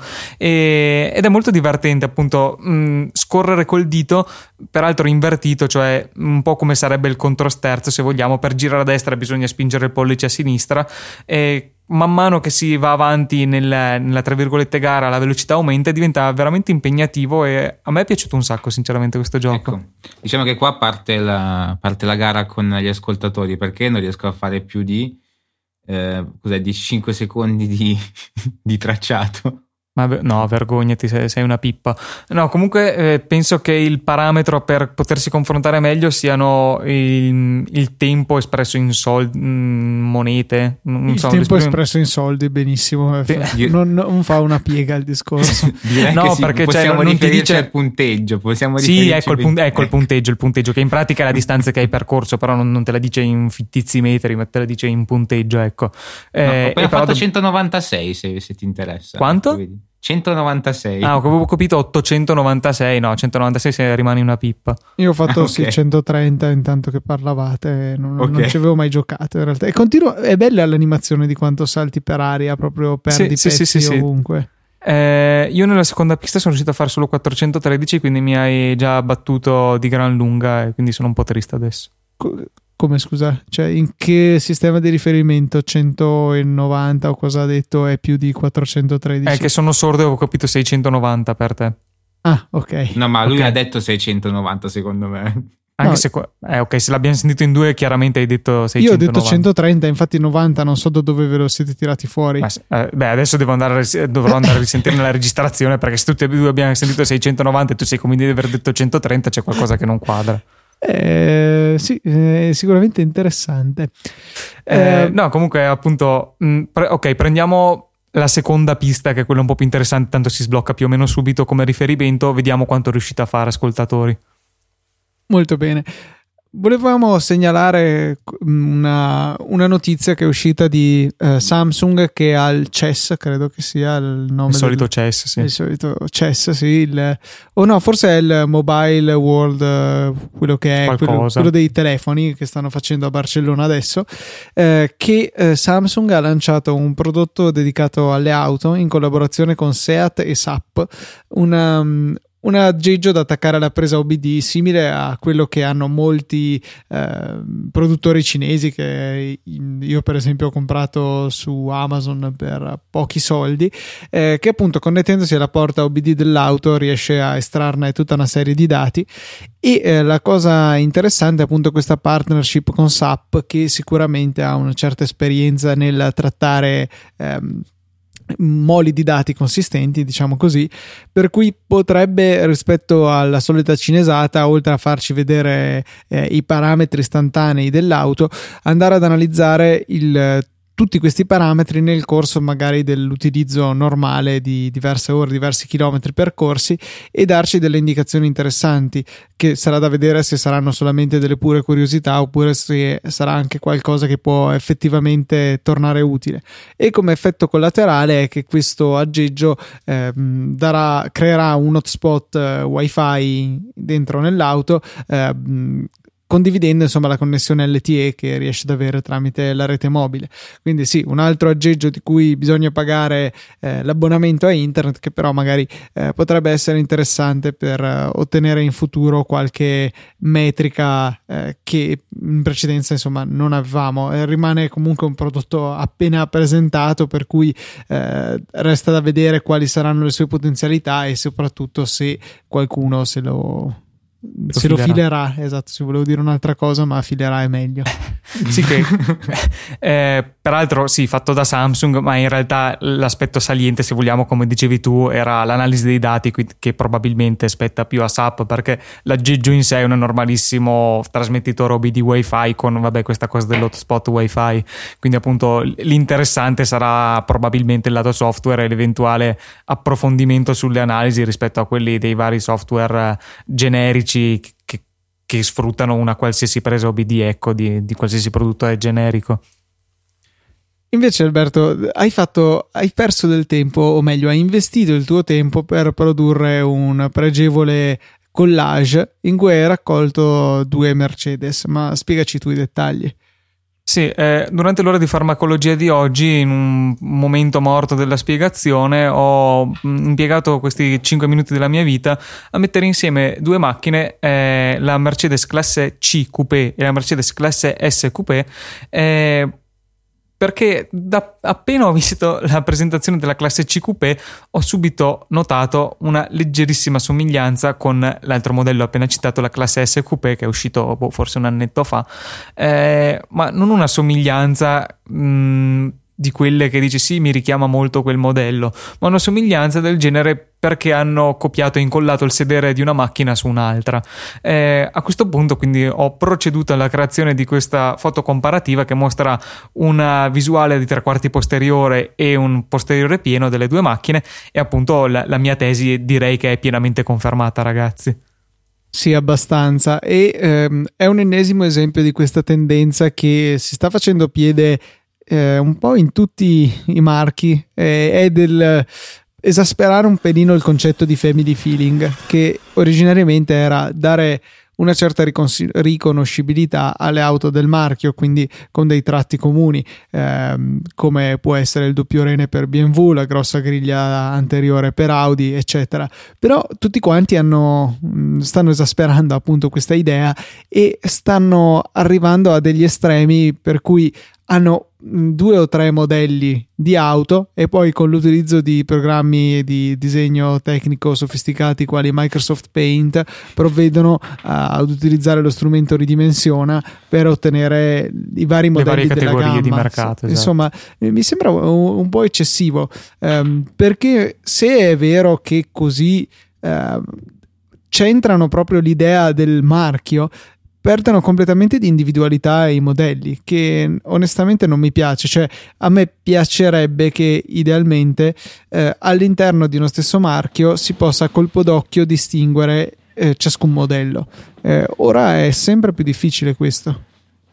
e, ed è molto divertente appunto mh, scorrere col dito, peraltro invertito, cioè un po' come sarebbe il controsterzo se vogliamo. Per girare a destra bisogna spingere il pollice a sinistra, e man mano che si va avanti nel, nella tra virgolette gara la velocità aumenta e diventa veramente impegnativo, e a me è piaciuto un sacco sinceramente questo gioco. Ecco, diciamo che qua parte la, parte la gara con gli ascoltatori, perché non riesco a fare più di eh, cos'è, di cinque secondi di, di tracciato. Ma no, vergognati, sei, sei una pippa. No, comunque eh, penso che il parametro per potersi confrontare meglio siano il, il tempo espresso in soldi, in monete. Non il so, tempo espresso in soldi, benissimo. Sì. Non, non fa una piega il discorso. Direi no, che sì, perché possiamo cioè, non ti dice il punteggio. Possiamo sì, ecco il, pun- ecco il ecco. punteggio, il punteggio, che in pratica è la distanza che hai percorso, però non, non te la dice in fittizi metri, ma te la dice in punteggio, ecco. No, Eh, poi ha fatto do- centonovantasei se, se ti interessa. Quanto? centonovantasei. Ah, avevo capito ottocentonovantasei, no, centonovantasei se rimani una pippa. Io ho fatto Ah, okay. sì, centotrenta intanto che parlavate, non, Okay. non ci avevo mai giocato in realtà. E continuo, è bella l'animazione di quanto salti per aria, proprio perdi Sì, sì, pezzi sì, sì, sì. ovunque. Eh, io nella seconda pista sono riuscito a fare solo quattrocentotredici, quindi mi hai già battuto di gran lunga, e quindi sono un po' triste adesso. Co- Come scusa? Cioè, in che sistema di riferimento centonovanta o cosa ha detto è più di quattrocentotredici? È che sono sordo e ho capito seicentonovanta per te. Ah, ok. No, ma lui Ok. ha detto seicentonovanta secondo me. Anche No. se qua- eh, ok, se l'abbiamo sentito in due, chiaramente hai detto Io ho detto seicentonovanta. centotrenta, infatti novanta non so da dove ve lo siete tirati fuori. Ma se- eh, beh, adesso devo andare a ris- dovrò andare a risentire nella registrazione, perché se tutti e due abbiamo sentito seicentonovanta e tu sei convinto di aver detto centotrenta, c'è qualcosa che non quadra. Eh, sì, è sicuramente interessante. Eh, Eh, no, comunque appunto mh, pre- ok, prendiamo la seconda pista, che è quella un po' più interessante, tanto si sblocca più o meno subito come riferimento, vediamo quanto riuscite a fare, ascoltatori. Molto bene. Volevamo segnalare una, una notizia che è uscita di eh, Samsung, che ha il Chess, credo che sia il nome Il solito del, chess, sì. il solito Chess, sì, il, o no, forse è il Mobile World, eh, quello che è quello, Qualcosa. quello dei telefoni che stanno facendo a Barcellona adesso, eh, che eh, Samsung ha lanciato un prodotto dedicato alle auto in collaborazione con Seat e S A P, una un aggeggio da attaccare alla presa O B D simile a quello che hanno molti eh, produttori cinesi, che io per esempio ho comprato su Amazon per pochi soldi, eh, che appunto connettendosi alla porta O B D dell'auto riesce a estrarne tutta una serie di dati. E eh, la cosa interessante è appunto questa partnership con S A P, che sicuramente ha una certa esperienza nel trattare ehm, moli di dati consistenti, diciamo così, per cui potrebbe, rispetto alla solita cinesata, oltre a farci vedere eh, i parametri istantanei dell'auto, andare ad analizzare il tutti questi parametri nel corso magari dell'utilizzo normale di diverse ore, diversi chilometri percorsi, e darci delle indicazioni interessanti, che sarà da vedere se saranno solamente delle pure curiosità oppure se sarà anche qualcosa che può effettivamente tornare utile. E come effetto collaterale è che questo aggeggio eh, darà, creerà un hotspot eh, wifi dentro nell'auto, eh, condividendo insomma la connessione L T E che riesce ad avere tramite la rete mobile. Quindi sì, un altro aggeggio di cui bisogna pagare eh, l'abbonamento a internet, che però magari eh, potrebbe essere interessante per eh, ottenere in futuro qualche metrica eh, che in precedenza insomma non avevamo. Eh, rimane comunque un prodotto appena presentato, per cui eh, resta da vedere quali saranno le sue potenzialità e soprattutto se qualcuno se lo Lo se lo filerà. filerà. Esatto, se volevo dire un'altra cosa, ma filerà è meglio. Sì, che eh, peraltro sì, fatto da Samsung, ma in realtà l'aspetto saliente, se vogliamo, come dicevi tu, era l'analisi dei dati, che probabilmente spetta più a S A P, perché l'aggeggio in sé è un normalissimo trasmettitore O B D Wi-Fi con vabbè questa cosa dell'hotspot Wi-Fi, quindi appunto l'interessante sarà probabilmente il lato software e l'eventuale approfondimento sulle analisi rispetto a quelli dei vari software generici che che sfruttano una qualsiasi presa O B D, ecco, di, di qualsiasi produttore generico. Invece Alberto, hai fatto, hai perso del tempo, o meglio, hai investito il tuo tempo per produrre un pregevole collage in cui hai raccolto due Mercedes, ma spiegaci tu i dettagli. Sì, eh, durante l'ora di farmacologia di oggi, in un momento morto della spiegazione, ho impiegato questi cinque minuti della mia vita a mettere insieme due macchine, eh, la Mercedes classe C Coupé e la Mercedes classe S Coupé, eh, perché da appena ho visto la presentazione della classe C Coupé ho subito notato una leggerissima somiglianza con l'altro modello appena citato, la classe S Coupé, che è uscito boh, forse un annetto fa, eh, ma non una somiglianza mh, di quelle che dici sì, mi richiama molto quel modello, ma una somiglianza del genere perché hanno copiato e incollato il sedere di una macchina su un'altra. Eh, a questo punto quindi ho proceduto alla creazione di questa foto comparativa che mostra una visuale di tre quarti posteriore e un posteriore pieno delle due macchine, e appunto la, la mia tesi direi che è pienamente confermata, ragazzi. Sì, abbastanza, e ehm, è un ennesimo esempio di questa tendenza che si sta facendo piede eh, un po' in tutti i marchi, eh, è del esasperare un pelino il concetto di family feeling, che originariamente era dare una certa ricon- riconoscibilità alle auto del marchio, quindi con dei tratti comuni, ehm, come può essere il doppio rene per B M W, la grossa griglia anteriore per Audi, eccetera. Però tutti quanti hanno, stanno esasperando appunto questa idea e stanno arrivando a degli estremi per cui hanno due o tre modelli di auto e poi con l'utilizzo di programmi di disegno tecnico sofisticati quali Microsoft Paint provvedono ad utilizzare lo strumento ridimensiona per ottenere i vari modelli le varie della categorie gamma. di mercato. Esatto. Insomma, mi sembra un, un po' eccessivo, ehm, perché se è vero che così ehm, centrano proprio l'idea del marchio, perdono completamente di individualità i modelli, che onestamente non mi piace. Cioè, a me piacerebbe che idealmente eh, all'interno di uno stesso marchio si possa a colpo d'occhio distinguere eh, ciascun modello. Eh, ora è sempre più difficile questo.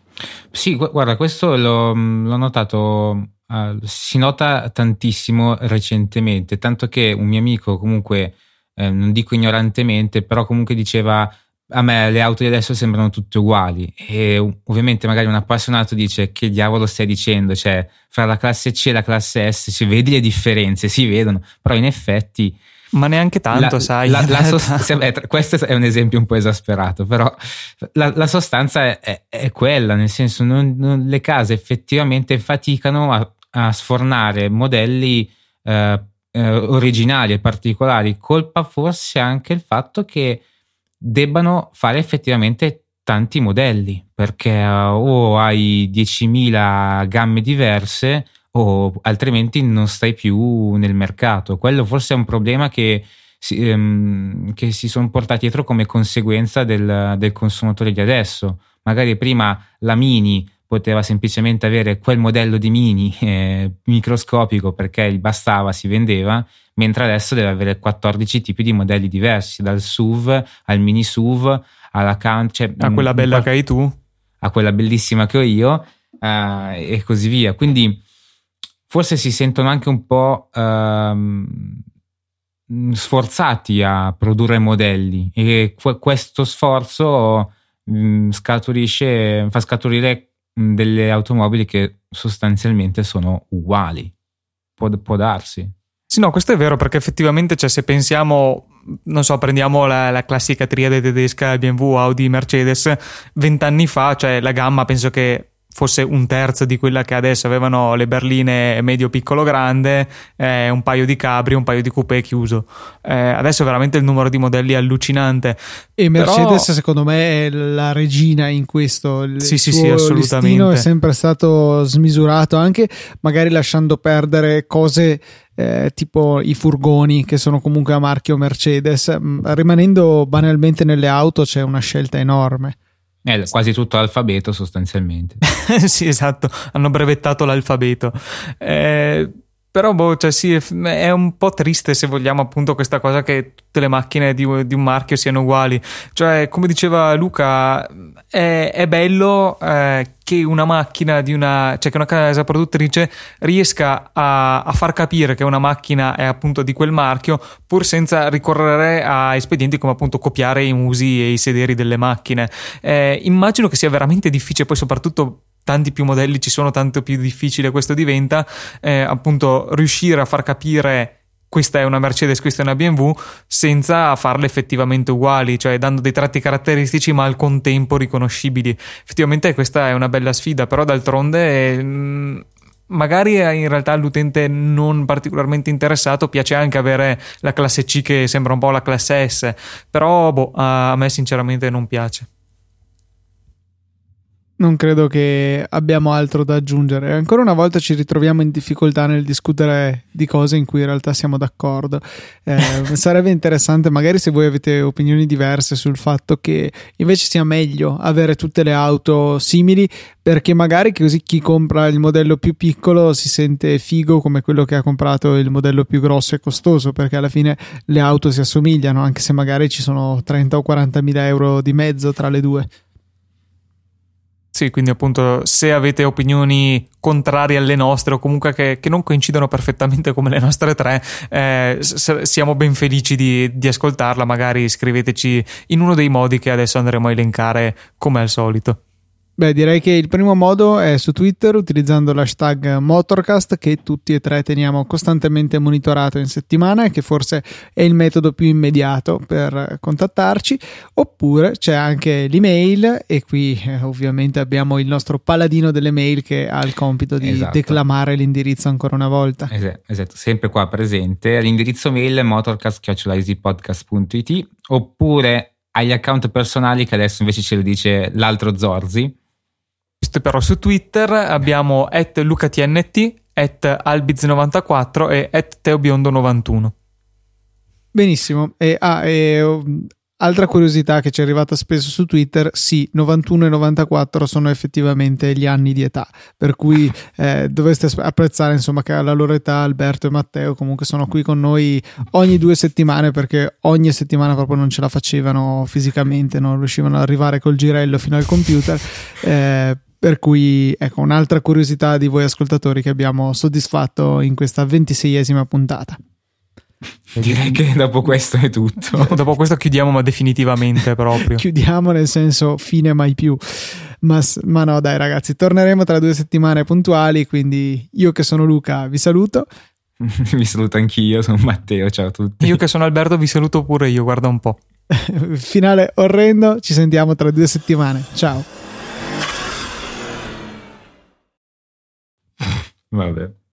Sì, gu- guarda, questo l'ho, l'ho notato, uh, si nota tantissimo recentemente, tanto che un mio amico comunque, eh, non dico ignorantemente, però comunque diceva: a me le auto di adesso sembrano tutte uguali, e ovviamente magari un appassionato dice: che diavolo stai dicendo, cioè fra la classe C e la classe S si vedi le differenze, si vedono, però in effetti ma neanche tanto, la, sai la, la sost- eh, questo è un esempio un po' esasperato, però la, la sostanza è, è, è quella, nel senso non, non, le case effettivamente faticano a, a sfornare modelli eh, eh, originali e particolari, colpa forse anche il fatto che debbano fare effettivamente tanti modelli, perché uh, o hai diecimila gamme diverse o altrimenti non stai più nel mercato. Quello forse è un problema che si, um, che si sono portati dietro come conseguenza del, del consumatore di adesso. Magari prima la Mini poteva semplicemente avere quel modello di Mini eh, microscopico perché gli bastava, si vendeva, mentre adesso deve avere quattordici tipi di modelli diversi, dal S U V al mini S U V alla can- cioè, a quella bella un, che hai tu, a quella bellissima che ho io, uh, e così via. Quindi forse si sentono anche un po' uh, sforzati a produrre modelli, e que- questo sforzo um, scaturisce, fa scaturire delle automobili che sostanzialmente sono uguali. Può, può darsi. Sì, no, questo è vero, perché effettivamente, cioè, se pensiamo, non so, prendiamo la, la classica triade tedesca B M W, Audi, Mercedes, vent'anni fa, cioè la gamma penso che fosse un terzo di quella che adesso avevano le berline medio, piccolo, grande, eh, un paio di cabri, un paio di coupé chiuso. Eh, adesso veramente il numero di modelli è allucinante. E Mercedes Però... secondo me è la regina in questo. Il sì, suo sì, sì, assolutamente. listino è sempre stato smisurato, anche magari lasciando perdere cose eh, tipo i furgoni, che sono comunque a marchio Mercedes. Rimanendo banalmente nelle auto c'è una scelta enorme. È quasi tutto l'alfabeto sostanzialmente. Sì, esatto, hanno brevettato l'alfabeto. Eh, Però boh, cioè sì, è un po' triste se vogliamo appunto questa cosa che tutte le macchine di, di un marchio siano uguali. Cioè, come diceva Luca, è, è bello eh, che una macchina di una, cioè che una casa produttrice riesca a, a far capire che una macchina è appunto di quel marchio, pur senza ricorrere a espedienti come appunto copiare i musi e i sederi delle macchine. Eh, immagino che sia veramente difficile, poi soprattutto tanti più modelli ci sono, tanto più difficile questo diventa, eh, appunto riuscire a far capire questa è una Mercedes, questa è una B M W, senza farle effettivamente uguali, cioè dando dei tratti caratteristici ma al contempo riconoscibili. Effettivamente questa è una bella sfida, però d'altronde mh, magari in realtà all'utente non particolarmente interessato piace anche avere la classe C che sembra un po' la classe S, però boh, a me sinceramente non piace. Non credo che abbiamo altro da aggiungere. Ancora una volta ci ritroviamo in difficoltà nel discutere di cose in cui in realtà siamo d'accordo. Eh, sarebbe interessante, magari se voi avete opinioni diverse, sul fatto che invece sia meglio avere tutte le auto simili, perché magari così chi compra il modello più piccolo si sente figo come quello che ha comprato il modello più grosso e costoso, perché alla fine le auto si assomigliano, anche se magari ci sono trenta o quaranta mila euro di mezzo tra le due. Sì, quindi appunto se avete opinioni contrarie alle nostre o comunque che, che non coincidono perfettamente come le nostre tre, eh, s- siamo ben felici di, di ascoltarla. Magari scriveteci in uno dei modi che adesso andremo a elencare come al solito. Beh, direi che il primo modo è su Twitter utilizzando l'hashtag Motorcast, che tutti e tre teniamo costantemente monitorato in settimana e che forse è il metodo più immediato per contattarci. Oppure c'è anche l'email, e qui eh, ovviamente abbiamo il nostro paladino delle mail che ha il compito di esatto. declamare l'indirizzo ancora una volta. Esatto, esatto, sempre qua presente. L'indirizzo mail è motorcast chiocciola easypodcast punto it, oppure agli account personali che adesso invece ce lo dice l'altro Zorzi. Però su Twitter abbiamo at lucatnt, at albiz novantaquattro e at teobiondo novantuno. Benissimo. E, ah, e um, altra curiosità che ci è arrivata spesso su Twitter: sì, novantuno e novantaquattro sono effettivamente gli anni di età, per cui eh, dovreste apprezzare insomma che alla loro età Alberto e Matteo comunque sono qui con noi ogni due settimane, perché ogni settimana proprio non ce la facevano fisicamente, non riuscivano ad arrivare col girello fino al computer. Eh, Per cui ecco un'altra curiosità di voi ascoltatori che abbiamo soddisfatto in questa ventiseiesima puntata. Direi che dopo questo è tutto. Dopo questo chiudiamo, ma definitivamente proprio. Chiudiamo nel senso fine mai più. Ma, ma no dai ragazzi, torneremo tra due settimane puntuali, quindi io che sono Luca vi saluto. Vi saluto anch'io, sono Matteo, ciao a tutti. Io che sono Alberto vi saluto pure io, guarda un po'. Finale orrendo, ci sentiamo tra due settimane, ciao. Vabbè.